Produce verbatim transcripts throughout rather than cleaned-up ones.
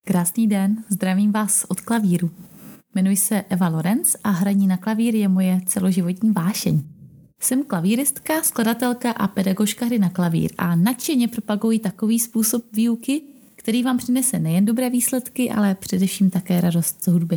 Krásný den, zdravím vás od klavíru. Jmenuji se Eva Lorenz a hraní na klavír je moje celoživotní vášeň. Jsem klavíristka, skladatelka a pedagožka hry na klavír a nadšeně propaguji takový způsob výuky, který vám přinese nejen dobré výsledky, ale především také radost z hudby.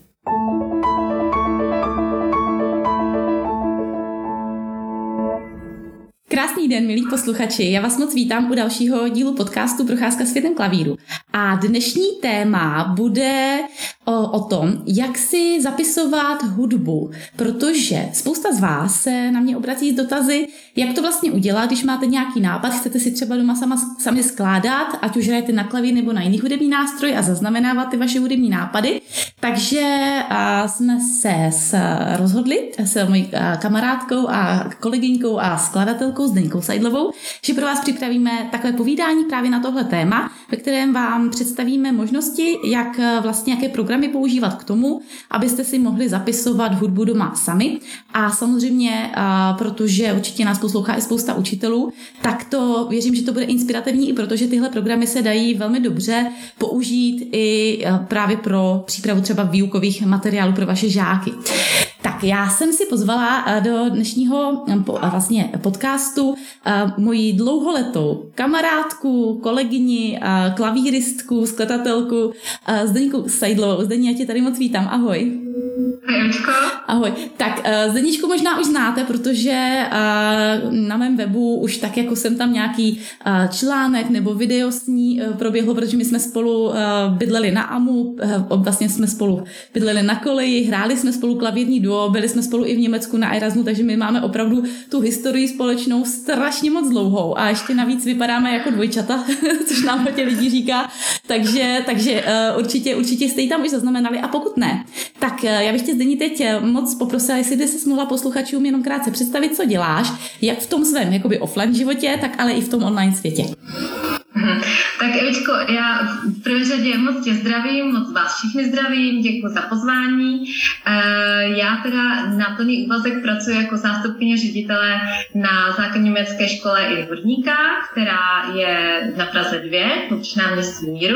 Krásný den, milí posluchači, já vás moc vítám u dalšího dílu podcastu Procházka světem klavíru. A dnešní téma bude o, o tom, jak si zapisovat hudbu, protože spousta z vás se na mě obrací s dotazy, jak to vlastně udělat, když máte nějaký nápad, chcete si třeba doma sama, sami skládat, ať už hrajete na klavír nebo na jiný hudební nástroj a zaznamenávat ty vaše hudební nápady. Takže a, jsme se s, rozhodli s mojí a, kamarádkou a kolegyňkou a skladatelkou Zdeňkou Seidlovou, že pro vás připravíme takové povídání právě na tohle téma, ve kterém vám představíme možnosti, jak vlastně jaké programy používat k tomu, abyste si mohli zapisovat hudbu doma sami. A samozřejmě, protože určitě nás poslouchá i spousta učitelů, tak to věřím, že to bude inspirativní, i protože tyhle programy se dají velmi dobře použít i právě pro přípravu třeba výukových materiálů pro vaše žáky. Tak já jsem si pozvala do dnešního vlastně podcastu moji dlouholetou kamarádku, kolegyni, klavíristku, skladatelku Zdeňku Seidlovou. Zdení, já tě tady moc vítám. Ahoj. Ahojčko. Ahoj. Tak Zdeničku možná už znáte, protože na mém webu už tak jako jsem tam nějaký článek nebo video s ní proběhlo, protože my jsme spolu bydleli na AMU, vlastně jsme spolu bydleli na koleji, hráli jsme spolu klavírní duo, byli jsme spolu i v Německu na Erasmu, takže my máme opravdu tu historii společnou strašně moc dlouhou a ještě navíc vypadáme jako dvojčata, což nám hodně lidí říká, takže, takže určitě, určitě jste ji tam už zaznamenali a pokud ne, tak já bych tě Zdení teď moc poprosila, jestli by se mohla posluchačům jenom krátce představit, co děláš, jak v tom svém jakoby offline životě, tak ale i v tom online světě. Tak Evičko, já v první řadě moc tě zdravím, moc vás všichni zdravím, děkuji za pozvání. Já teda na plný úvazek pracuji jako zástupkyně ředitele na základní německé škole i Hudníka, která je na Praze dvě, v náměstí Míru.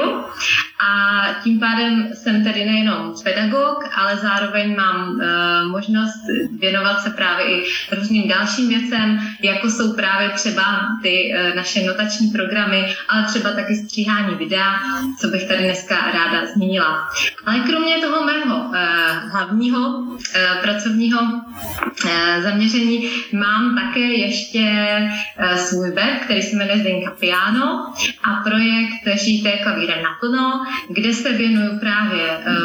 A tím pádem jsem tedy nejenom pedagog, ale zároveň mám uh, možnost věnovat se právě i různým dalším věcem, jako jsou právě třeba ty uh, naše notační programy, ale třeba taky stříhání videa, co bych tady dneska ráda zmínila. Ale kromě toho mého uh, hlavního uh, pracovního uh, zaměření mám také ještě uh, svůj web, který se jmenuje Zdenka Piano a projekt Žijte klavírem naplno, kde se věnuju právě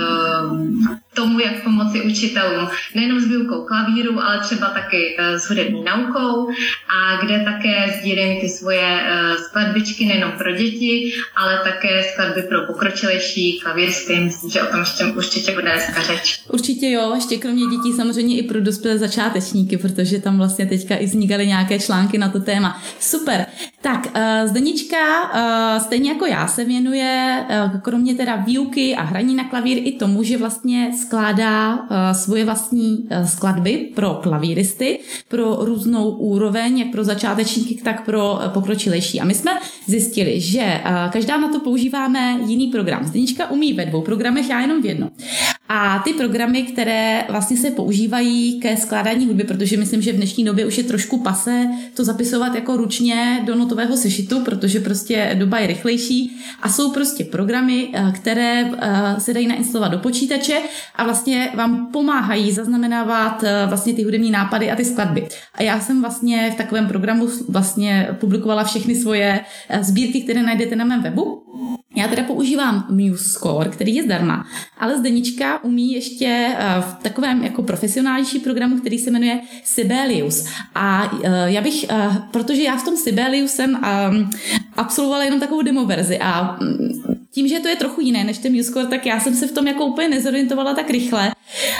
uh, tomu, jak pomoci učitelům nejenom s výukou klavíru, ale třeba taky uh, s hudební naukou a kde také sdílím ty svoje uh, skladbičky nejenom pro děti, ale také skladby pro pokročilejší klavíristy. Myslím, že o tom ještě určitě bude dneska řeč. Určitě jo, ještě kromě dětí samozřejmě i pro dospělé začátečníky, protože tam vlastně teďka i vznikaly nějaké články na to téma. Super. Tak, uh, Zdenička, uh, stejně jako já, se věnuje uh, kromě teda výuky a hraní na klavír i tomu, že vlastně skládá uh, svoje vlastní uh, skladby pro klavíristy, pro různou úroveň, jak pro začátečníky, tak pro uh, pokročilejší. A my jsme zjistili, že uh, každá na to používáme jiný program. Zdenička umí ve dvou programech, já jenom v jednom. A ty programy, které vlastně se používají ke skládání hudby, protože myslím, že v dnešní době už je trošku pase to zapisovat jako ručně do notového sešitu, protože prostě doba je rychlejší a jsou prostě programy, které se dají nainstalovat do počítače a vlastně vám pomáhají zaznamenávat vlastně ty hudební nápady a ty skladby. A já jsem vlastně v takovém programu vlastně publikovala všechny svoje sbírky, které najdete na mém webu. Já teda používám MuseScore, který je zdarma, ale Zdenička umí ještě v takovém jako profesionálnější programu, který se jmenuje Sibelius. A já bych, protože já v tom Sibelius jsem absolvovala jenom takovou demo verzi a tím, že to je trochu jiné než ten MuseScore, tak já jsem se v tom jako úplně nezorientovala tak rychle.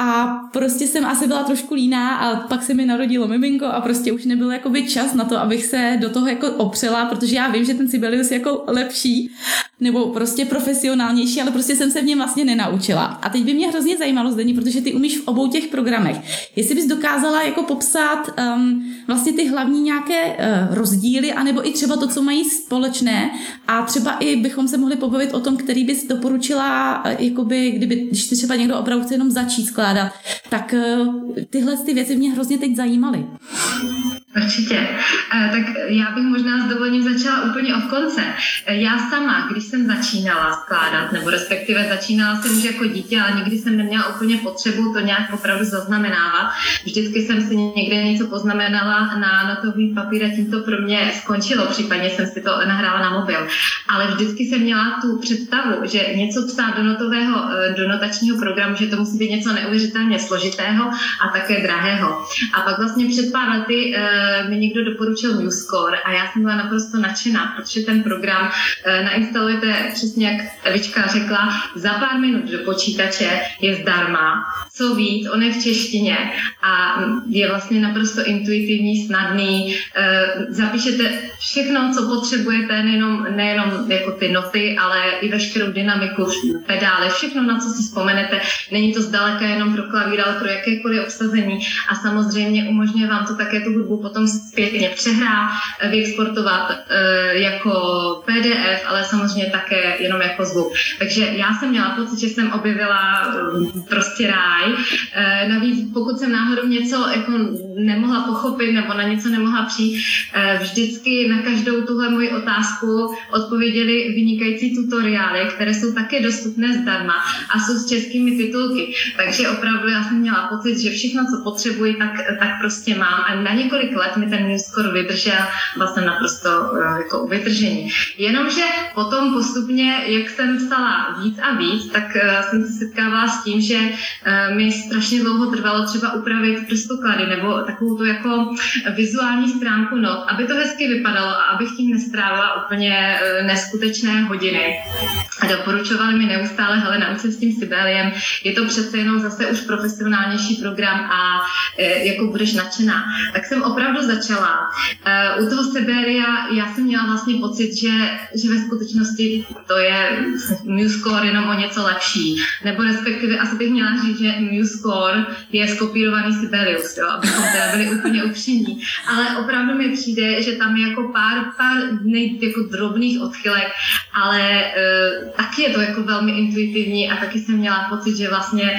a prostě jsem asi byla trošku líná a pak se mi narodilo miminko a prostě už nebyl jakoby čas na to, abych se do toho jako opřela, protože já vím, že ten Sibelius je jako lepší nebo prostě profesionálnější, ale prostě jsem se v něm vlastně nenaučila. A teď by mě hrozně zajímalo, Zdeni, protože ty umíš v obou těch programech. Jestli bys dokázala jako popsat um, vlastně ty hlavní nějaké uh, rozdíly, anebo i třeba to, co mají společné, a třeba i bychom se mohli pobavit o tom, který bys doporučila, uh, jakoby, kdyby, když si třeba někdo opravdu chce jenom začít skládat, tak uh, tyhle ty věci mě hrozně teď zajímaly. Určitě. E, tak já bych možná s dovolením začala úplně od konce. E, já sama, když jsem začínala skládat, nebo respektive začínala jsem už jako dítě, ale nikdy jsem neměla úplně potřebu to nějak opravdu zaznamenávat. Vždycky jsem si někde něco poznamenala na notový papír a tím to pro mě skončilo, případně jsem si to nahrála na mobil. Ale vždycky jsem měla tu představu, že něco psát do notového, do notačního programu, že to musí být něco neuvěřitelně složitého a také drahého. A pak vlastně před pár lety mi někdo doporučil MuseScore a já jsem byla naprosto nadšená, protože ten program nainstalujete, přesně jak Evička řekla, za pár minut do počítače, je zdarma. Co víc, on je v češtině a je vlastně naprosto intuitivní, snadný. Zapíšete všechno, co potřebujete, nejenom, nejenom jako ty noty, ale i veškerou dynamiku, pedály, všechno, na co si vzpomenete. Není to zdaleka jenom pro klavír, ale pro jakékoliv obsazení a samozřejmě umožňuje vám to také tu hudbu potom zpětně přehrát, vyexportovat e, jako P D F, ale samozřejmě také jenom jako zvuk. Takže já jsem měla pocit, že jsem objevila e, prostě ráj. E, navíc pokud jsem náhodou něco jako nemohla pochopit nebo na něco nemohla přijít, e, vždycky na každou tuhle moji otázku odpověděli vynikající tutoriály, které jsou také dostupné zdarma a jsou s českými titulky. Takže opravdu já jsem měla pocit, že všechno, co potřebuji, tak, tak prostě mám. A na několik let mi ten MuseScore vydržel vlastně naprosto uh, jako vytržení. Jenomže potom postupně, jak jsem psala víc a víc, tak uh, jsem se setkávala s tím, že uh, mi strašně dlouho trvalo třeba upravit prstoklady nebo takovou tu jako vizuální stránku not, aby to hezky vypadalo a abych tím nestrávila úplně uh, neskutečné hodiny. A doporučovali mi neustále, hele, nauč se s tím Sibeliem, je to přece jenom zase už profesionálnější program a uh, jako budeš nadšená. Tak jsem opravdu začala. Uh, u toho Sibelia já jsem měla vlastně pocit, že, že ve skutečnosti to je MuseScore jenom o něco lepší. Nebo respektive asi bych měla říct, že MuseScore je skopírovaný Sibelius, jo, abychom teda byli úplně upřímní. Ale opravdu mi přijde, že tam je jako pár, pár nej, jako drobných odchylek, ale uh, taky je to jako velmi intuitivní a taky jsem měla pocit, že vlastně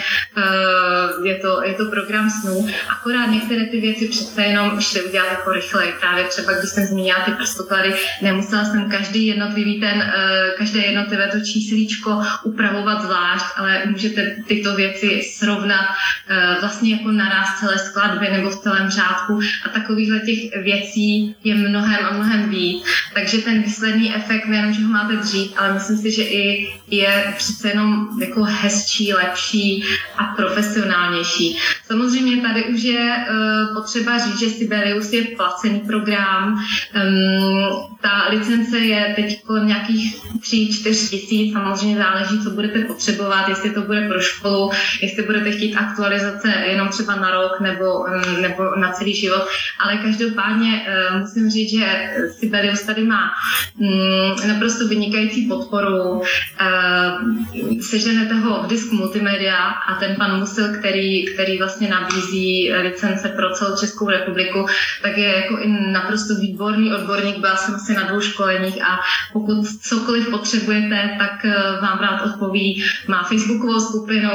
uh, je, to, je to program snů. Akorát některé ty věci přece jenom šly udělat jako rychleji. Právě třeba, když jsem zmínila ty prstoklady, nemusela jsem každý jednotlivý ten, každé jednotlivé to číslíčko upravovat zvlášť, ale můžete tyto věci srovnat vlastně jako naráz celé skladby nebo v celém řádku a takovýchhle těch věcí je mnohem a mnohem víc. Takže ten výsledný efekt nejenom, že ho máte dřív, ale myslím si, že i je přece jenom jako hezčí, lepší a profesionálnější. Samozřejmě tady už je uh, potřeba říct, že Sibelius je placený program. Um, ta licence je teď nějakých tři čtyři tisíc, samozřejmě záleží, co budete potřebovat, jestli to bude pro školu, jestli budete chtít aktualizace jenom třeba na rok nebo, um, nebo na celý život, ale každopádně uh, musím říct, že Sibelius tady má um, naprosto vynikající podporu. Uh, seženete ho v disk multimedia a ten pan Musil, který, který vlastně nabízí licence pro celou Českou republiku, tak je jako i naprosto výborný odborník, byla jsem asi na dvou školeních a pokud cokoliv potřebujete, tak vám rád odpoví. Má facebookovou skupinu,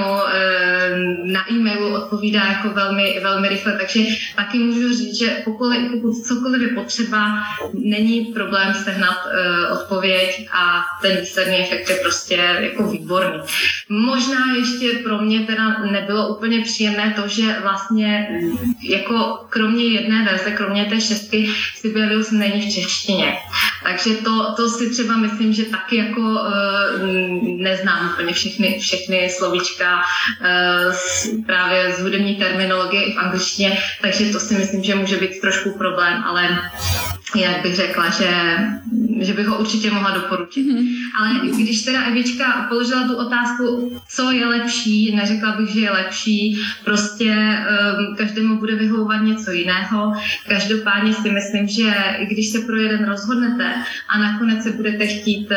na e-mailu odpovídá jako velmi, velmi rychle, takže taky můžu říct, že pokud, pokud cokoliv je potřeba, není problém sehnat odpověď a ten výsledný efekt je prostě jako výborný. Možná ještě pro mě teda nebylo úplně příjemné to, že vlastně jako kromě jedné verze, kromě té šestky, Sibelius není v češtině. Takže to, to si třeba myslím, že taky jako uh, neznám úplně všechny, všechny slovíčka uh, z, právě z hudební terminologie i v angličtině, takže to si myslím, že může být trošku problém, ale jak bych řekla, že, že bych ho určitě mohla doporučit. Mm. Ale když teda Evička položila tu otázku, co je lepší, neřekla bych, že je lepší, prostě um, každému bude vyhovovat něco jiného. Každopádně si myslím, že i když se pro jeden rozhodnete a nakonec se budete chtít,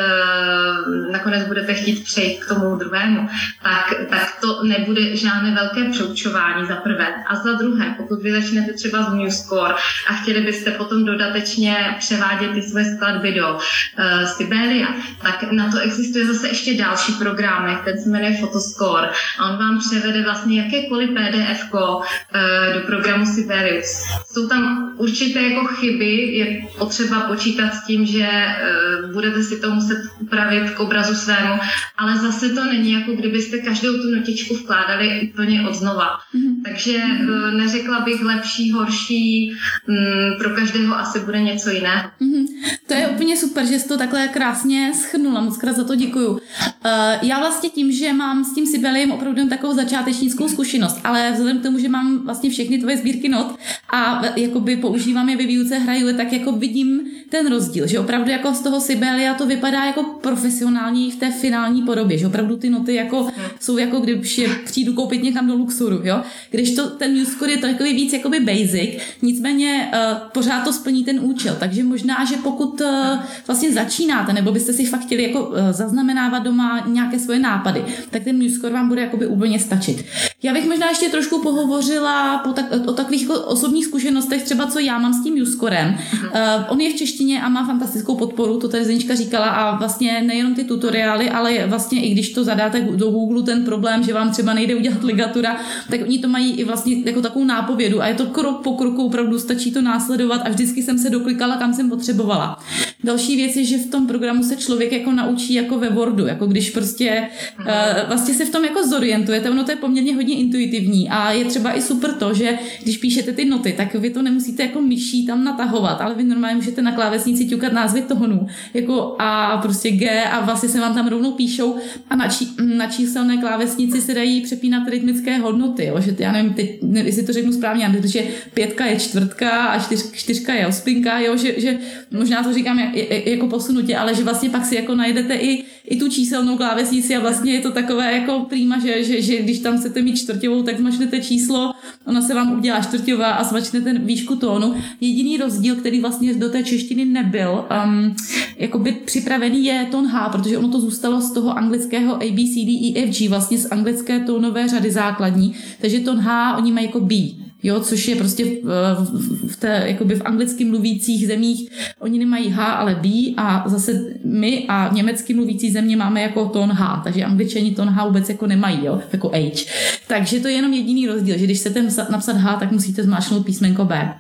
uh, nakonec budete chtít přejít k tomu druhému, tak, tak to nebude žádné velké přeučování za prvé. A za druhé, pokud vy začnete třeba z MuseScore a chtěli byste potom dodatečně převádět ty svoje skladby do uh, Siberia, tak na to existuje zase ještě další program, ten se jmenuje Photoscore a on vám převede vlastně jakékoliv P D F ko uh, do programu Siberius. Jsou tam určité jako chyby, je potřeba počítat s tím, že uh, budete si to muset upravit k obrazu svému, ale zase to není jako kdybyste každou tu notičku vkládali úplně od znova. Mm-hmm. Takže uh, neřekla bych lepší, horší, um, pro každého asi bude něco jiného. Mm-hmm. To je úplně super, že jsi to takhle krásně shrnula, moc krát za to děkuju. Uh, já vlastně tím, že mám s tím Sibeliem opravdu takovou začátečnickou zkušenost, ale vzhledem k tomu, že mám vlastně všechny tvoje sbírky not a jakoby používám je ve výuce, hraju je, tak jako vidím ten rozdíl, že opravdu jako z toho Sibelia to vypadá jako profesionální v té finální podobě, že opravdu ty noty jako jsou jako když je přijdu koupit někam do Luxoru, jo? Když to ten MuseScore je takový víc jakoby basic, nicméně uh, pořád to splní ten účel, takže možná, že pokud uh, vlastně začínáte, nebo byste si fakt chtěli jako uh, zaznamenávat doma nějaké svoje nápady, tak ten MuseScore vám bude jakoby úplně stačit. Já bych možná ještě trošku pohovořila po tak, o takových jako osobních zkušenostech, třeba co já mám s tím MuseScorem. Uh, on je v češtině a má fantastickou podporu, to tady Zenička říkala, a vlastně nejenom ty tutoriály, ale vlastně i když to zadáte do Google ten problém, že vám třeba nejde udělat ligatura, tak oni to mají i vlastně jako takovou nápovědu a je to krok po kroku, opravdu stačí to následovat a vždycky jsem se doklikala, kam jsem potřebovala. Další věc je, že v tom programu se člověk jako naučí jako ve Wordu, jako když prostě uh, vlastně se v tom jako zorientujete, ono to je poměrně hodně intuitivní a je třeba i super to, že když píšete ty noty, tak vy to nemusíte jako myší tam natahovat, ale vy normálně můžete na klávesnici ťukat názvy tónů, jako A, prostě G a vlastně se vám tam rovnou píšou a na, či, na číselné klávesnici se dají přepínat rytmické hodnoty, jo, že já nevím, teď, ne, jestli to řeknu správně, protože pětka je čtvrtka a čtyř, čtyřka je ospinka, jo, že, že možná to říkám jak, jako posunutě, ale že vlastně pak si jako najdete i, i tu číselnou klávesnici a vlastně je to takové jako prýma, že, že, že když tam chcete mít čtvrťovou, tak zmačnete číslo, ona se vám udělá čtvrťová a zmačnete výšku tónu. Jediný rozdíl, který vlastně do té češtiny nebyl um, jakoby připravený, je tón H, protože ono to zůstalo z toho anglického A, B, C, D, E, F, G, vlastně z anglické tónové řady základní, takže tón H oni mají jako B. Jo, což je prostě v, v, té, jakoby v anglicky mluvících zemích oni nemají H, ale B a zase my a německy mluvící země máme jako tón H, takže Angličani tón H vůbec jako nemají, jo, jako H. Takže to je jenom jediný rozdíl, že když chcete napsat H, tak musíte zmáčknout písmenko B.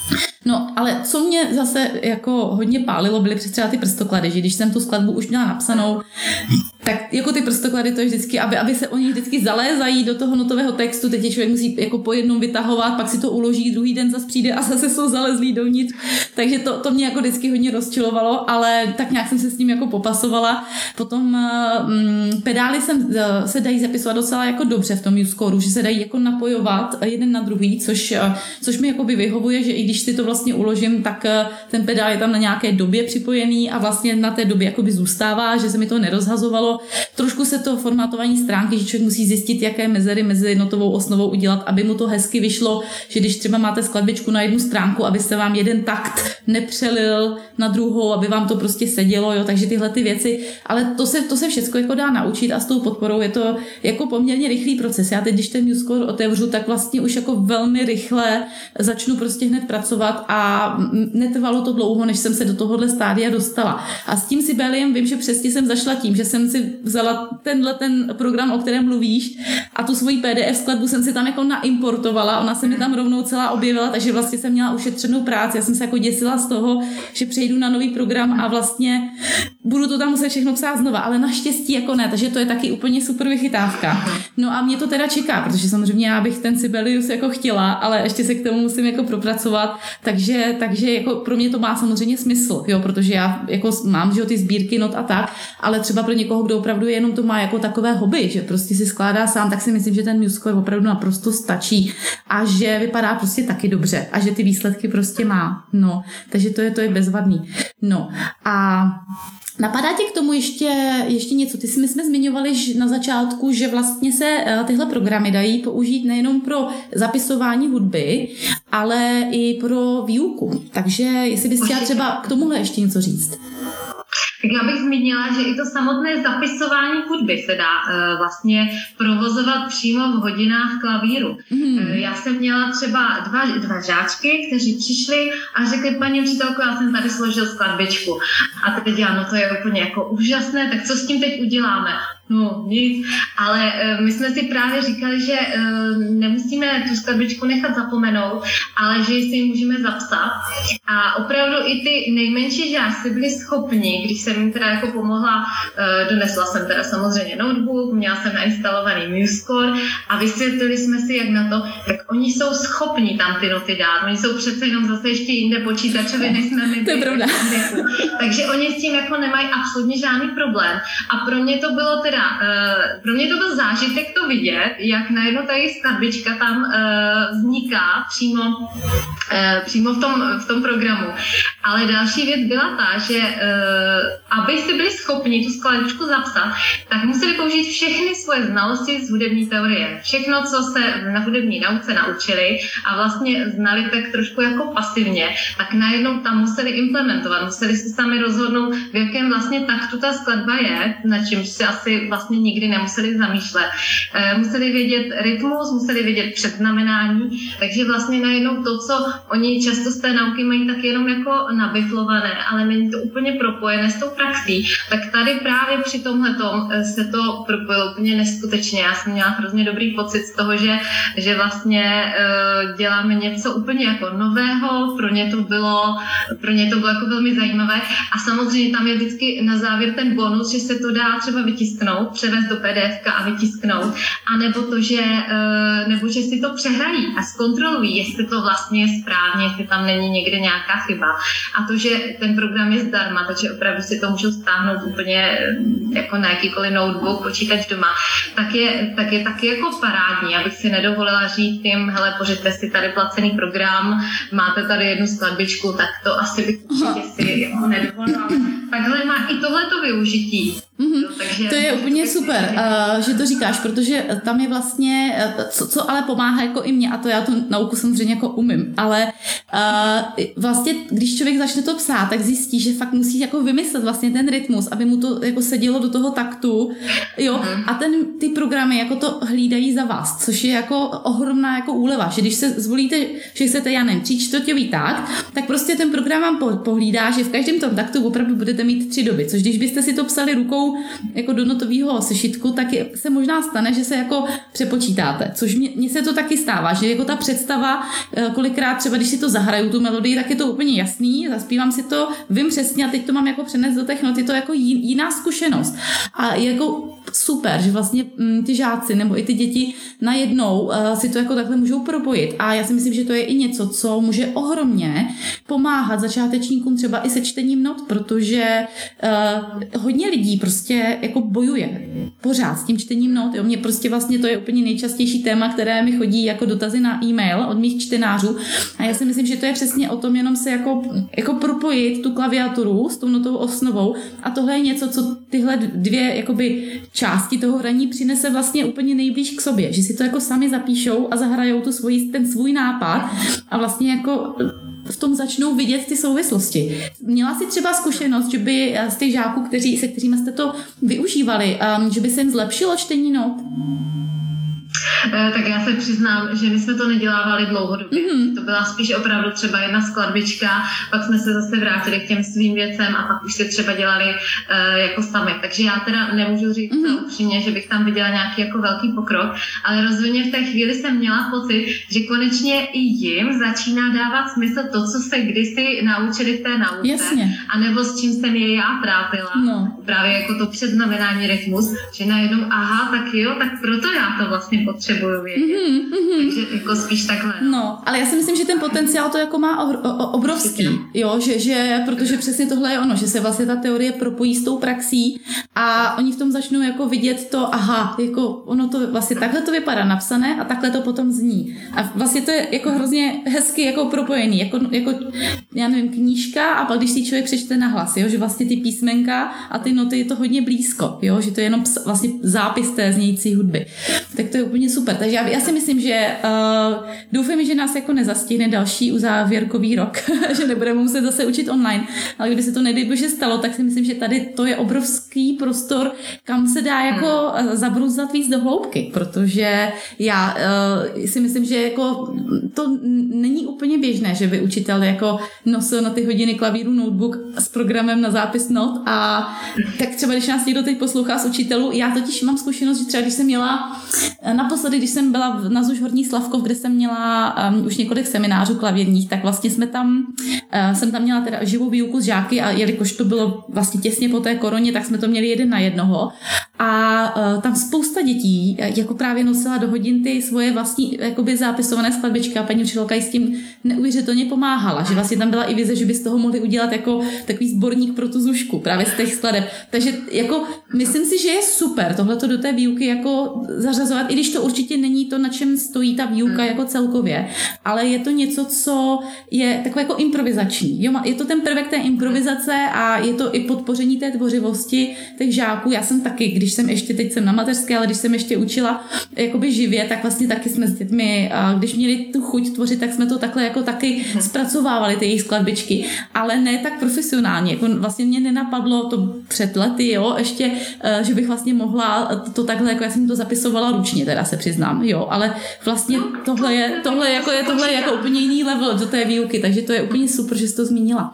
No, ale co mě zase jako hodně pálilo, byly třeba ty prstoklady, že když jsem tu skladbu už měla napsanou, tak jako ty prstoklady to je vždycky, aby, aby se oni vždycky zalézají do toho notového textu, teď je člověk musí jako po jednom vytahovat, pak si to uloží, druhý den zase přijde a zase jsou zalezlí dovnitř, takže to, to mě jako vždycky hodně rozčilovalo, ale tak nějak jsem se s tím jako popasovala. Potom mm, pedály jsem, se dají zapisovat docela jako dobře v tom MuseScoreu, že se dají jako napojovat jeden na druhý, což, což mi jako by vyhovuje, že i když si to vlastně uložím, tak ten pedál je tam na nějaké době připojený a vlastně na té době jakoby zůstává, že se mi to nerozhazovalo. Trošku se to formátování stránky, že člověk musí zjistit, jaké mezery mezi notovou osnovou udělat, aby mu to hezky vyšlo, že když třeba máte skladbičku na jednu stránku, aby se vám jeden takt nepřelil na druhou, aby vám to prostě sedělo, jo, takže tyhle ty věci, ale to se, to se všechno jako dá naučit a s tou podporou je to jako poměrně rychlý proces. Já teď, když ten MuseScore otevřu, tak vlastně už jako velmi rychle začnu prostě hned pracovat a netrvalo to dlouho, než jsem se do tohohle stádia dostala. A s tím Sibeliem vím, že přesně jsem zašla tím, že jsem si vzala tenhle ten program, o kterém mluvíš, a tu svoji P D F skladbu jsem si tam jako naimportovala, ona se mi tam rovnou celá objevila, takže vlastně jsem měla ušetřenou práci. Já jsem se jako děsila z toho, že přejdu na nový program a vlastně budu to tam muset všechno psát znova, ale naštěstí jako ne, takže to je taky úplně super vychytávka. No a mě to teda čeká, protože samozřejmě já bych ten Sibelius jako chtěla, ale ještě se k tomu musím jako propracovat, takže, takže jako pro mě to má samozřejmě smysl, jo, protože já jako mám, že jo, ty sbírky not a tak, ale třeba pro někoho, kdo opravdu jenom to má jako takové hobby, že prostě si skládá sám, tak tak si myslím, že ten MuseScore opravdu naprosto stačí a že vypadá prostě taky dobře a že ty výsledky prostě má. No, takže to je, to je bezvadný. No a napadá tě k tomu ještě, ještě něco? Ty jsme, jsme zmiňovali na začátku, že vlastně se tyhle programy dají použít nejenom pro zapisování hudby, ale i pro výuku. Takže jestli bys chtěla třeba k tomuhle ještě něco říct. Tak já bych zmínila, že i to samotné zapisování hudby se dá uh, vlastně provozovat přímo v hodinách klavíru. Mm. Uh, já jsem měla třeba dva, dva žáčky, kteří přišli a řekli, paní učitelko, já jsem tady složil skladbičku. A teď já, no to je úplně jako úžasné, tak co s tím teď uděláme? No nic, ale uh, my jsme si právě říkali, že uh, nemusíme tu skladbičku nechat zapomenout, ale že si ji můžeme zapsat. A opravdu i ty nejmenší žáci byli schopni, když jsem jim teda jako pomohla, uh, donesla jsem teda samozřejmě notebook, měla jsem nainstalovaný MuseScore a vysvětlili jsme si, jak na to, tak oni jsou schopni tam ty noty dát. Oni jsou přece jenom zase ještě jinde počítačovi, než jsme my. To je pravda. Takže oni s tím jako nemají absolutně žádný problém. A pro mě to bylo teda Uh, pro mě to byl zážitek to vidět, jak najednou tady skladbička tam uh, vzniká přímo, uh, přímo v, tom, v tom programu. Ale další věc byla ta, že uh, aby si byli schopni tu skladbičku zapsat, tak museli použít všechny svoje znalosti z hudební teorie. Všechno, co se na hudební nauce naučili a vlastně znali tak trošku jako pasivně, tak najednou tam museli implementovat, museli si sami rozhodnout, v jakém vlastně taktu ta skladba je, na čím si asi vlastně nikdy nemuseli zamýšlet. E, museli vědět rytmus, museli vědět předznamenání, takže vlastně najednou to, co oni často z té nauky mají tak jenom jako nabiflované, ale není to úplně propojené s tou praxí, tak tady právě při tomhletom se to propojilo úplně neskutečně. Já jsem měla hrozně dobrý pocit z toho, že, že vlastně e, děláme něco úplně jako nového, pro ně to bylo, pro ně to bylo jako velmi zajímavé a samozřejmě tam je vždycky na závěr ten bonus, že se to dá třeba vytisknout, převést do P D F a vytisknout, anebo to, že, nebo že si to přehrají a zkontrolují, jestli to vlastně je správně, jestli tam není někde nějaká chyba. A to, že ten program je zdarma, takže opravdu si to můžou stáhnout úplně jako na jakýkoliv notebook, počítač doma, tak je, tak je taky jako parádní, abych si nedovolila říct jim, hele, pořiďte si tady placený program, máte tady jednu skladbičku, tak to asi bych určitě si jako nedovolila. Takhle má i tohleto využití. Mm-hmm. No, takže to je úplně super, uh, že to říkáš, protože tam je vlastně, uh, co, co ale pomáhá jako i mě, a to já tu nauku samozřejmě jako umím, ale uh, vlastně, když člověk začne to psát, tak zjistí, že fakt musí jako vymyslet vlastně ten rytmus, aby mu to jako sedělo do toho taktu, jo, mm-hmm. a ten, ty programy jako to hlídají za vás, což je jako ohromná jako úleva, že když se zvolíte, že chcete, já nevím, tři čtvrťový takt, tak prostě ten program vám po, pohlídá, že v každém tom taktu opravdu budete mít tři doby, což když byste si to psali rukou jako do notového sešitku, tak je, se možná stane, že se jako přepočítáte, což mně se to taky stává, že jako ta představa, kolikrát třeba, když si to zahraju tu melodii, tak je to úplně jasný, zaspívám si to, vím přesně a teď to mám jako přenést do těch not, je to jako jiná zkušenost. A je jako super, že vlastně m, ty žáci nebo i ty děti najednou uh, si to jako takhle můžou propojit. A já si myslím, že to je i něco, co může ohromně pomáhat začátečníkům třeba i se čtením not, protože uh, hodně lidí prostě jako bojuje pořád s tím čtením not. Jo. Mně prostě vlastně to je úplně nejčastější téma, které mi chodí jako dotazy na e-mail od mých čtenářů. A já si myslím, že to je přesně o tom jenom se jako, jako propojit tu klaviaturu s tou notovou osnovou. A tohle je něco, co tyhle dvě jakoby části toho hraní přinese vlastně úplně nejblíž k sobě, že si to jako sami zapíšou a zahrajou tu svoji, ten svůj nápad a vlastně jako v tom začnou vidět ty souvislosti. Měla jsi třeba zkušenost, že by z těch žáků, kteří, se kterými jste to využívali, um, že by se jim zlepšilo čtení not? Tak já se přiznám, že my jsme to nedělávali dlouhodobě. Mm-hmm. To byla spíš opravdu třeba jedna skladbička, pak jsme se zase vrátili k těm svým věcem a pak už se třeba dělali uh, jako sami. Takže já teda nemůžu říct mm-hmm. upřímně, že bych tam viděla nějaký jako velký pokrok, ale rozhodně v té chvíli jsem měla pocit, že konečně i jim začíná dávat smysl to, co se kdysi naučili v té nauce. Jasně. A nebo s čím jsem je já trápila. No. Právě jako to předznamenání rytmus, že najednou aha, tak jo, tak proto já to vlastně potřebuji. potřebuju vědět. Mm-hmm, mm-hmm. Takže jako spíš takhle. No. no, ale já si myslím, že ten potenciál to jako má o, o, obrovský, jo, že, že, protože přesně tohle je ono, že se vlastně ta teorie propojí s tou praxí a oni v tom začnou jako vidět to, aha, jako ono to vlastně takhle to vypadá napsané a takhle to potom zní. A vlastně to je jako hrozně hezky jako propojený, jako, jako já nevím, knížka a pak když si člověk přečte na hlas, jo, že vlastně ty písmenka a ty noty je to hodně blízko, jo, že to je jenom ps, vlastně zápis té znějící hudby. Tak to je úplně super. Takže já, já si myslím, že uh, doufám, že nás jako nezastihne další uzávěrkový rok, že nebudeme muset zase učit online, ale když se to nedej bože stalo, tak si myslím, že tady to je obrovský prostor, kam se dá jako hmm. zabrouzdat víc do hloubky, protože já uh, si myslím, že jako to není úplně běžné, že by učitel jako nosil na ty hodiny klavíru notebook s programem na zápis not a tak třeba když nás někdo teď poslouchá z učitelů, já totiž mám zkušenost, že třeba když jsem měla naposledy, když jsem byla na Zuž Horní Slavkov, kde jsem měla um, už několik seminářů klavírních, tak vlastně jsme tam, uh, jsem tam měla teda živou výuku s žáky a jelikož to bylo vlastně těsně po té koroně, tak jsme to měli jeden na jednoho a uh, tam spousta dětí jako právě nosila do hodin ty svoje vlastní jakoby zápisované skladbičky a paní učitelka jí s tím neuvěřitelně pomáhala, že vlastně tam byla i vize, že by z toho mohli udělat jako takový sborník pro tu Zušku právě z těch skladeb. Takže jako myslím si, že je super tohleto do té výuky jako zařazovat, i když to určitě není to, na čem stojí ta výuka jako celkově, ale je to něco, co je takové jako improvizační. Jo, je to ten prvek té improvizace a je to i podpoření té tvořivosti těch žáků. Já jsem taky, když jsem ještě, teď jsem na mateřské, ale když jsem ještě učila jakoby živě, tak vlastně taky jsme s dětmi, když měli tu chuť tvořit, tak jsme to takhle jako taky zpracovávali, ty jejich skladbičky, ale ne tak profesionálně. Jako vlastně mě nenapadlo to před lety, jo, ještě, že bych vlastně mohla to takhle, jako já jsem to zapisovala ručně, teda se přiznám, jo, ale vlastně tohle je, tohle jako je, tohle je jako úplně jiný level do té výuky, takže to je úplně super, že jsi to zmínila.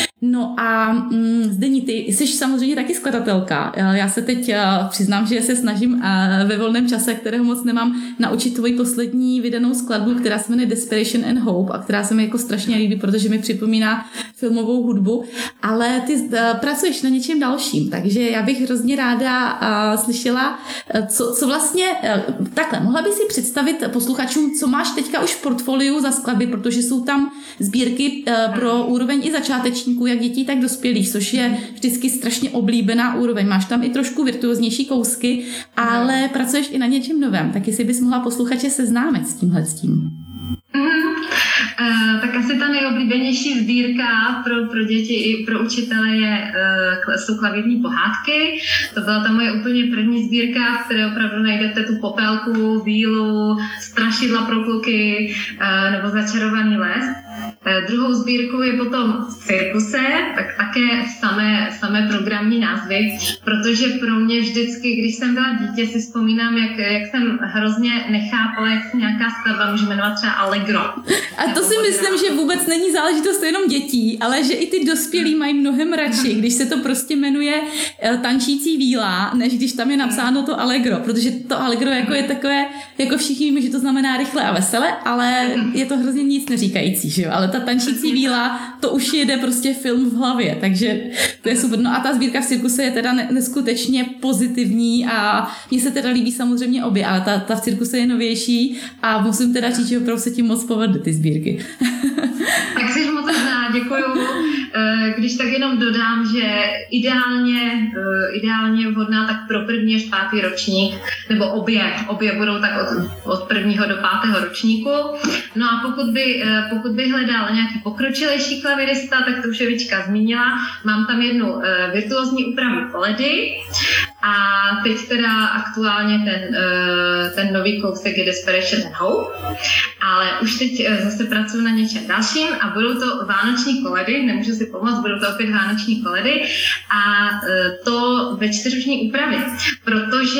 No a mm, Zdeni, ty jsi samozřejmě taky skladatelka. Já se teď uh, přiznám, že se snažím uh, ve volném čase, kterého moc nemám, naučit tvoji poslední vydanou skladbu, která se jmenuje Desperation and Hope a která se mi jako strašně líbí, protože mi připomíná filmovou hudbu, ale ty uh, pracuješ na něčem dalším, takže já bych hrozně ráda uh, slyšela, uh, co, co vlastně, uh, takhle, mohla by si představit posluchačům, co máš teďka už v portfoliu za skladby, protože jsou tam sbírky uh, pro úroveň i začátečníků, jak dětí, tak dospělých, což je vždycky strašně oblíbená úroveň. Máš tam i trošku virtuóznější kousky, ale pracuješ i na něčem novém, tak jestli bys mohla posluchače seznámit s tímhle s tím. Mm-hmm. Uh, tak asi ta nejoblíbenější sbírka pro, pro děti i pro učitele je, uh, jsou klavírní pohádky. To byla ta moje úplně první sbírka, v které opravdu najdete tu Popelku, Vílu, Strašidla pro kluky uh, nebo Začarovaný les. Uh, druhou sbírkou je potom Cirkuse, tak také samé, samé programní názvy, protože pro mě vždycky, když jsem byla dítě, si vzpomínám, jak, jak jsem hrozně nechápala, jak se nějaká skladba může jmenovat třeba Allegro. A to si myslím, že vůbec není záležitost jenom dětí, ale že i ty dospělí mají mnohem radši, když se to prostě jmenuje Tančící víla, než když tam je napsáno to Allegro, protože to Allegro jako je takové, jako všichni víme, že to znamená rychle a vesele, ale je to hrozně nic neříkající, že jo, ale ta Tančící víla, to už jede prostě film v hlavě, takže to je super. No a ta sbírka v Cirkuse je teda neskutečně pozitivní a mně se teda líbí samozřejmě obě, ale ta, ta v Cirkuse je novější a musím teda říct, že opravdu se tím moc povedly ty sbírky. Tak jsi moc možná, děkuju. Když tak jenom dodám, že ideálně, ideálně vhodná tak pro první až pátý ročník, nebo obě, obě budou tak od, od prvního do pátého ročníku. No a pokud by, pokud by hledal nějaký pokročilejší klavirista, tak to už Evička zmínila. Mám tam jednu virtuózní úpravu koledy a teď teda aktuálně ten, ten nový kousek je Desperation and Hope, ale už teď zase pracuji na něčem dalším a budou to vánoční koledy, nemůžu si pomoct, budou to opět vánoční koledy a to ve čtyřruční úpravě, protože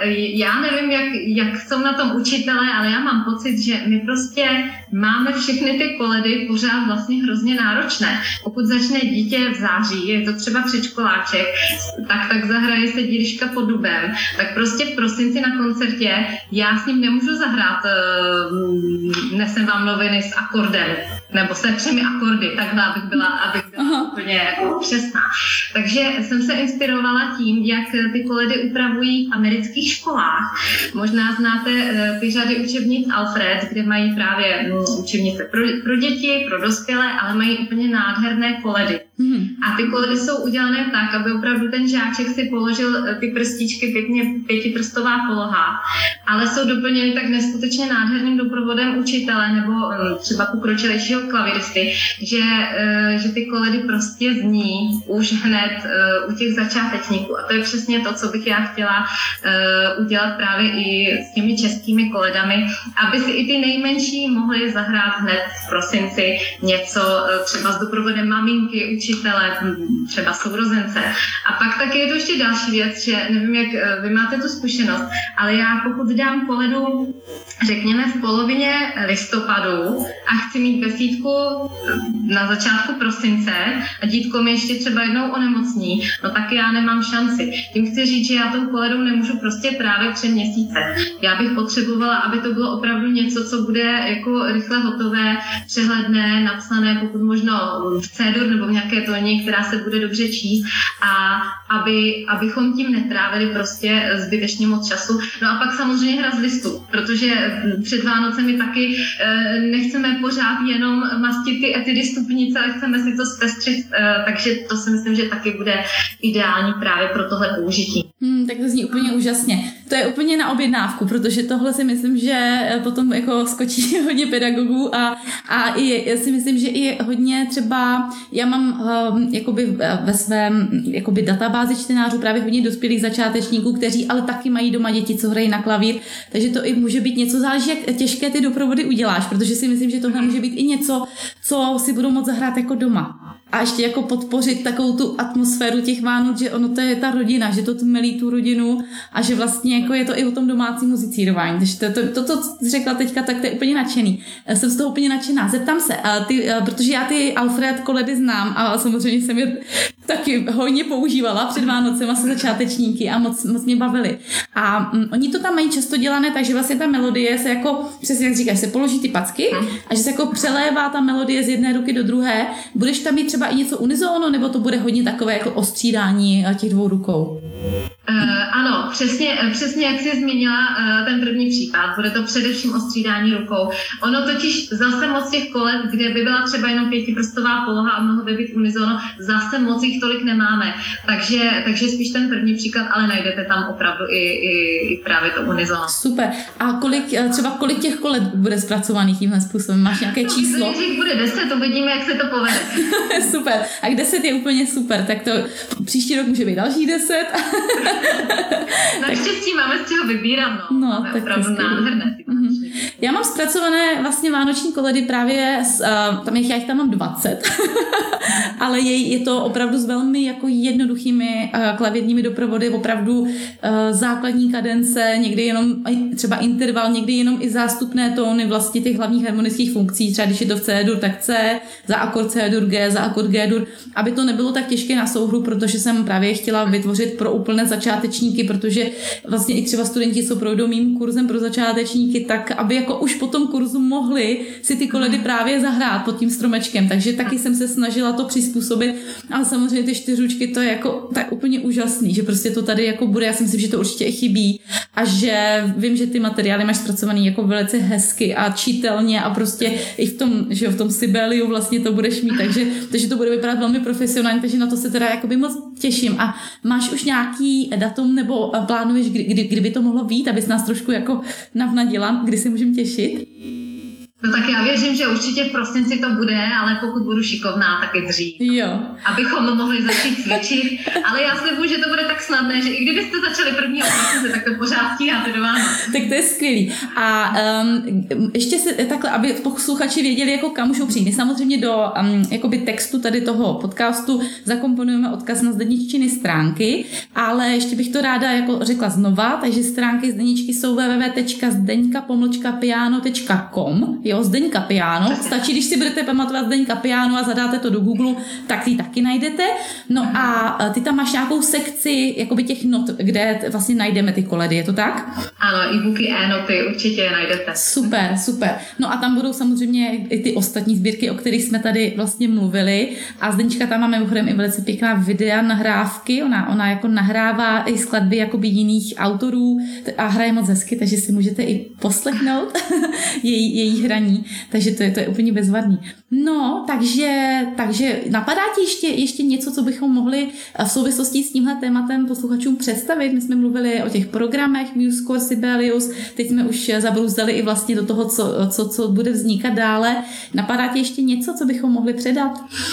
já nevím, jak, jak jsou na tom učitelé, ale já mám pocit, že my prostě máme všechny ty koledy pořád vlastně hrozně náročné. Pokud začne dítě v září, je to třeba předškoláček, tak tak zahraje se Díliška pod dubem, tak prostě v prosinci na koncertě já s ním nemůžu zahrát uh, Nesem vám noviny s akordem, nebo se třemi akordy, takhle, abych byla, abych byla úplně jako přesná. Takže jsem se inspirovala tím, jak ty koledy upravují v amerických školách. Možná znáte ty řady učebnic Alfred, kde mají právě učebnice pro, pro děti, pro dospělé, ale mají úplně nádherné koledy. Hmm. A ty koledy jsou udělané tak, aby opravdu ten žáček si položil ty prstičky, pěkně pětiprstová poloha, ale jsou doplněny tak neskutečně nádherným doprovodem učitele nebo třeba pokročilejšího klavíristy, že, že ty koledy prostě zní už hned u těch začátečníků. A to je přesně to, co bych já chtěla udělat právě i s těmi českými koledami, aby si i ty nejmenší mohli zahrát hned v prosinci něco třeba s doprovodem maminky, učitele, třeba sourozence. A pak taky je to ještě další věc, že nevím, jak vy máte tu zkušenost, ale já pokud dám koledu, řekněme v polovině listopadu a chci mít besídku na začátku prosince a dítko mi ještě třeba jednou onemocní, no tak já nemám šanci. Tím chci říct, že já tou koledou nemůžu prostě trávit tři měsíce. Já bych potřebovala, aby to bylo opravdu něco, co bude jako rychle hotové, přehledné, napsané, pokud možno v C-dur nebo v nějaké tóně, která se bude dobře číst a aby, abychom tím netrávili prostě zbytečně moc času. No a pak samozřejmě hra z listu, protože před Vánocemi taky e, nechceme pořád jenom mastit ty etidy stupnice, ale chceme si to zpestřit, e, takže to si myslím, že taky bude ideální právě pro tohle použití. Hmm, tak to zní úplně úžasně. To je úplně na objednávku, protože tohle si myslím, že potom jako skočí hodně pedagogů a, a i, já si myslím, že i hodně třeba, já mám um, jakoby ve svém jakoby databázi čtenářů právě hodně dospělých začátečníků, kteří ale taky mají doma děti, co hrají na klavír, takže to i může být něco, záleží, jak těžké ty doprovody uděláš, protože si myslím, že tohle může být i něco, co si budou moct zahrát jako doma. A ještě jako podpořit takovou tu atmosféru těch Vánoc, že ono to je ta rodina, že to tmelí tu rodinu a že vlastně jako je to i o tom domácím muzicírování. Takže to, to, to, to co jsi řekla teďka, tak to je úplně nadšený. Jsem z toho úplně nadšená. Zeptám se, ty, protože já ty Alfred koledy znám a samozřejmě jsem je taky hodně používala před Vánocem a se začátečníky a moc, moc mě bavili. A um, oni to tam mají často dělané, takže vlastně ta melodie se jako, přesně jak říkáš, se položí ty packy a že se jako přelévá ta melodie z jedné ruky do druhé. Budeš tam mít třeba i něco unizóno, nebo to bude hodně takové jako ostřídání těch dvou rukou? Uh, ano, přesně, přesně jak jsi zmínila uh, ten první případ, bude to především o střídání rukou. Ono totiž zase moc těch koled, kde by byla třeba jenom pětiprstová poloha a mohlo by být unizono, zase moc jich tolik nemáme. Takže, takže spíš ten první příklad, ale najdete tam opravdu i, i, i právě to unizono. Super. A kolik, třeba kolik těch koled bude zpracovaných tímhle způsobem? Máš nějaké no, číslo? Když bude deset, uvidíme, jak se to povede. Super. A deset je úplně super, tak to příští rok může být další deset. Naštěstí máme z čeho vybírat, no. no máme opravdu nádherné. Mm-hmm. Já mám zpracované vlastně vánoční koledy právě, s, uh, tam je, já jich tam mám dvacet, ale je, je to opravdu s velmi jako jednoduchými uh, klavírními doprovody, opravdu uh, základní kadence, někdy jenom třeba interval, někdy jenom i zástupné tóny vlastně těch hlavních harmonických funkcí, třeba když je to v C-dur, tak C, za akord C-dur, G, za akord G-dur, aby to nebylo tak těžké na souhru, protože jsem právě chtěla vytvořit pro úplné začátečníky, protože vlastně i třeba studenti, co projdou mým kurzem pro začátečníky, tak aby jako už po tom kurzu mohli si ty koledy právě zahrát pod tím stromečkem, takže taky jsem se snažila to přizpůsobit, ale samozřejmě ty čtyřučky to je jako tak úplně úžasný, že prostě to tady jako bude, já si myslím, že to určitě chybí a že vím, že ty materiály máš zpracovaný jako velice hezky a čitelně a prostě i v tom, že jo, v tom Sibeliu vlastně to budeš mít, takže, takže to bude vypadat velmi profesionálně, takže na to se teda jakoby moc těším. A máš už nějaký datum nebo plánuješ, kdy, kdy, kdyby to mohlo být, abys nás trošku jako navnadila, kdy se můžeme těšit? No tak já věřím, že určitě v prosinci to bude, ale pokud budu šikovná, tak i dřív. Jo. Abychom mohli začít cvičit, ale já slibuji, že to bude tak snadné, že i kdybyste začali prvního prosince, tak to pořád stíháte do Vánoc. Tak to je skvělý. A um, ještě se takhle, aby posluchači věděli, jako kam můžou přijít. My samozřejmě do um, jakoby textu tady toho podcastu zakomponujeme odkaz na Zdeniččiny stránky, ale ještě bych to ráda jako řekla znova, takže stránky Zdeničky jsou w w w tečka zdeňka pomlčka piano tečka com. Jo, Zdeňka Piano. Stačí, když si budete pamatovat Zdeňka Piano a zadáte to do Google, tak ji taky najdete. No a ty tam máš nějakou sekci jakoby těch not, kde vlastně najdeme ty koledy, je to tak? Ano, e-booky, e-noty, určitě je najdete. Super, super. No a tam budou samozřejmě i ty ostatní sbírky, o kterých jsme tady vlastně mluvili. A Zdeňčka tam máme mimochodem i velice pěkná videa, nahrávky. Ona, ona jako nahrává i skladby jakoby jiných autorů a hraje moc hezky, takže si můžete i poslechnout její, její hraní. Takže to je, to je úplně bezvadný. No, takže, takže napadá ti ještě, ještě něco, co bychom mohli v souvislosti s tímhle tématem posluchačům představit? My jsme mluvili o těch programech MuseScore, Sibelius, teď jsme už zabrouzdali i vlastně do toho, co, co, co bude vznikat dále. Napadá ti ještě něco, co bychom mohli předat?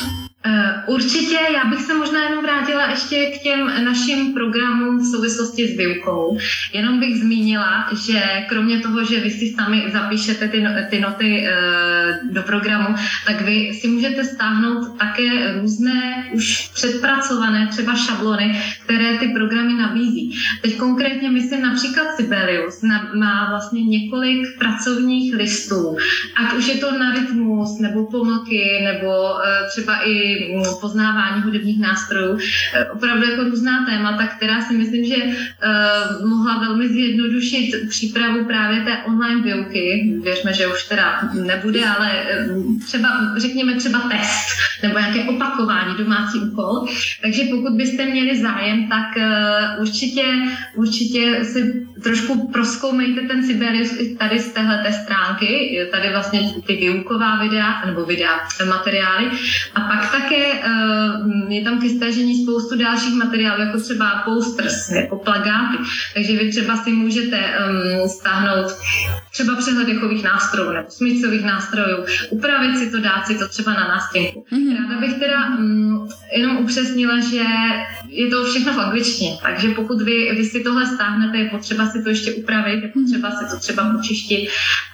Uh, určitě, já bych se možná jenom vrátila ještě k těm našim programům v souvislosti s výukou. Jenom bych zmínila, že kromě toho, že vy si sami zapíšete ty, ty noty uh, do programu, tak vy si můžete stáhnout také různé už předpracované třeba šablony, které ty programy nabízí. Teď konkrétně myslím například Sibelius má vlastně několik pracovních listů, ať už je to na rytmus, nebo pomlky, nebo uh, třeba i poznávání hudebních nástrojů. Opravdu jako různá témata, která si myslím, že uh, mohla velmi zjednodušit přípravu právě té online výuky. Věřme, že už teda nebude, ale třeba, řekněme třeba test nebo nějaké opakování, domácí úkol. Takže pokud byste měli zájem, tak uh, určitě, určitě si trošku prozkoumejte ten Sibelius i tady z téhleté stránky. Tady vlastně ty výuková videa nebo videa, materiály. A pak také uh, je tam ke stažení spoustu dalších materiálů, jako třeba posters, jako plagáty. Takže vy třeba si můžete um, stáhnout třeba přehled dechových nástrojů nebo smyčcových nástrojů, upravit si to, dát si to třeba na nástěnku. Mm-hmm. Ráda bych teda um, jenom upřesnila, že je to všechno v angličtině, takže pokud vy, vy si tohle stáhnete, je potřeba si to ještě upravit, je potřeba si to třeba počištit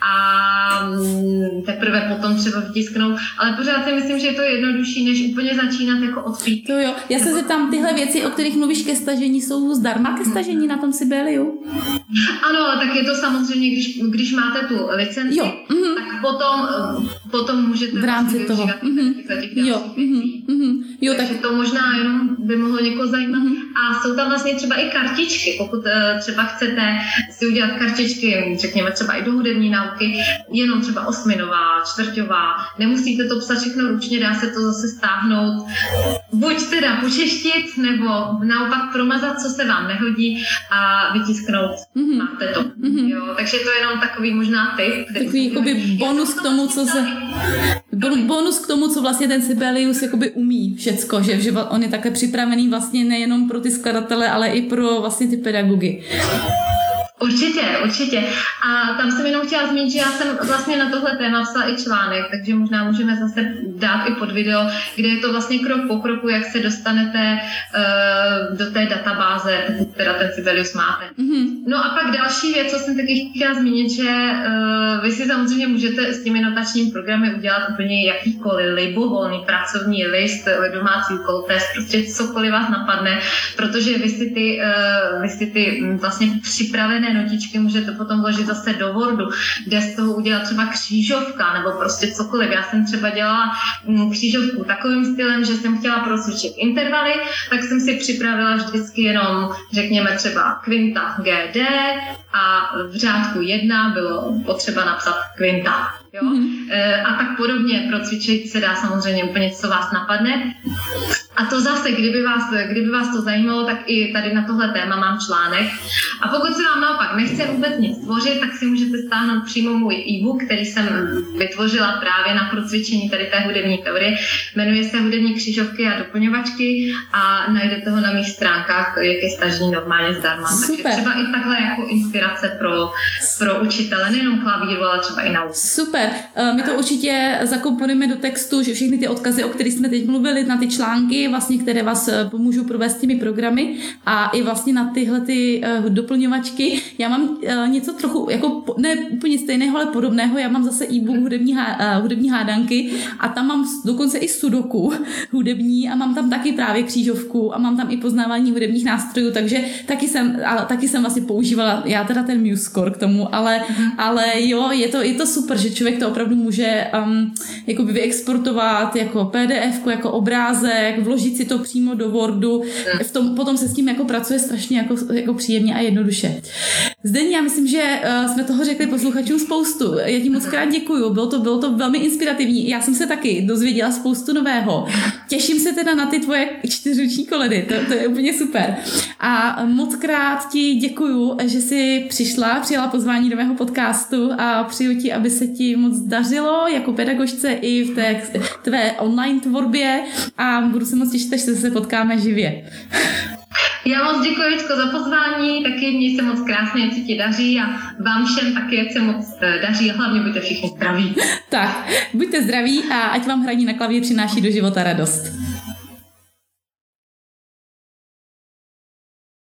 a um, teprve potom třeba vytisknout, ale pořád si myslím, že je to jednodušší, než úplně začínat jako od píky. To jo, já se zeptám, tyhle věci, o kterých mluvíš ke stažení, jsou zdarma ke stažení na tom Sibeliu? Ano, ale tak je to samozřejmě, když, když máte tu licenci, jo. Mm-hmm. tak potom, potom můžete v rámci toho. Mm-hmm. Jo, mm-hmm. jo, takže tak to možná jenom by mohlo někoho zajímat. Mm-hmm. A jsou tam vlastně třeba i kartičky, pokud uh, třeba chcete si udělat kartičky, řekněme třeba i do hudební nauky, jenom třeba osminová, čtvrťová, nemusíte to psat všechno ručně, dá se to zase stáhnout, buď teda počeštit, nebo naopak promazat, co se vám nehodí a vytisknout, mm-hmm. máte to. Mm-hmm. Jo, takže to je jenom takový možná tip. Takový jakoby bonus k tomu, co se... Bonus k tomu, co vlastně ten Sibelius jakoby umí všecko, že, že on je také připravený vlastně nejenom pro ty skladatele, ale i pro vlastně ty pedagogy. Určitě, určitě. A tam jsem jenom chtěla zmínit, že já jsem vlastně na tohle téma psala i článek, takže možná můžeme zase dát i pod video, kde je to vlastně krok po kroku, jak se dostanete uh, do té databáze, pokud teda ten Sibelius máte. Mm-hmm. No a pak další věc, co jsem taky chtěla zmínit, že uh, vy si samozřejmě můžete s těmi notačními programy udělat úplně jakýkoliv libovolný pracovní list, domácí úkol, test, prostě cokoliv vás napadne, protože vy si ty, uh, vy si ty vlastně připravené notičky můžete potom vložit zase do Wordu, kde z toho udělat třeba křížovka nebo prostě cokoliv. Já jsem třeba dělala křížovku takovým stylem, že jsem chtěla procvičit intervaly, tak jsem si připravila vždycky jenom, řekněme třeba kvinta G D a v řádku jedna bylo potřeba napsat kvinta. Jo? Mm-hmm. E, a tak podobně procvičit se dá samozřejmě úplně, co vás napadne. A to zase, kdyby vás, kdyby vás to zajímalo, tak i tady na tohle téma mám článek. A pokud se vám naopak nechce vůbec nic tvořit, tak si můžete stáhnout přímo můj e-book, který jsem vytvořila právě na procvičení tady té hudební teorie. Jmenuje se Hudební křižovky a doplňovačky a najdete ho na mých stránkách, jak je stažení normálně zdarma. Super. Takže třeba i takhle jako inspirace pro, pro učitele, nejenom klavíru, ale třeba i nauku. Super. My to určitě zakomponujeme do textu, že všechny ty odkazy, o kterých jsme teď mluvili, na ty články, vlastně, které vás pomůžou provést těmi programy a i vlastně na tyhle ty doplňovačky. Já mám něco trochu, jako ne úplně stejného, ale podobného. Já mám zase e-book hudební, hudební hádanky a tam mám dokonce i sudoku hudební a mám tam taky právě křížovku a mám tam i poznávání hudebních nástrojů, takže taky jsem, ale taky jsem vlastně používala, já teda ten MuseScore k tomu, ale, mm. ale jo, je to, je to super, že člověk to opravdu může um, jakoby vyexportovat jako P D F, jako obrázek, vložit si to přímo do Wordu. V tom, potom se s tím jako pracuje strašně jako, jako příjemně a jednoduše. Zdeň, já myslím, že uh, jsme toho řekli posluchačům spoustu. Já ti moc krát děkuju, bylo to, bylo to velmi inspirativní. Já jsem se taky dozvěděla spoustu nového. Těším se teda na ty tvoje čtyřruční koledy, to, to je úplně super. A moc krát ti děkuju, že jsi přišla, přijala pozvání do mého podcastu a přeju ti, aby se ti moc dařilo jako pedagožce i v té tvé online tvorbě a budu se moc těšit, až se potkáme živě. Já moc děkuji, Jičko, za pozvání, taky měj se moc krásně, ať se ti daří a vám všem taky, ať se moc daří a hlavně buďte všichni zdraví. Tak, buďte zdraví a ať vám hraní na klavír přináší do života radost.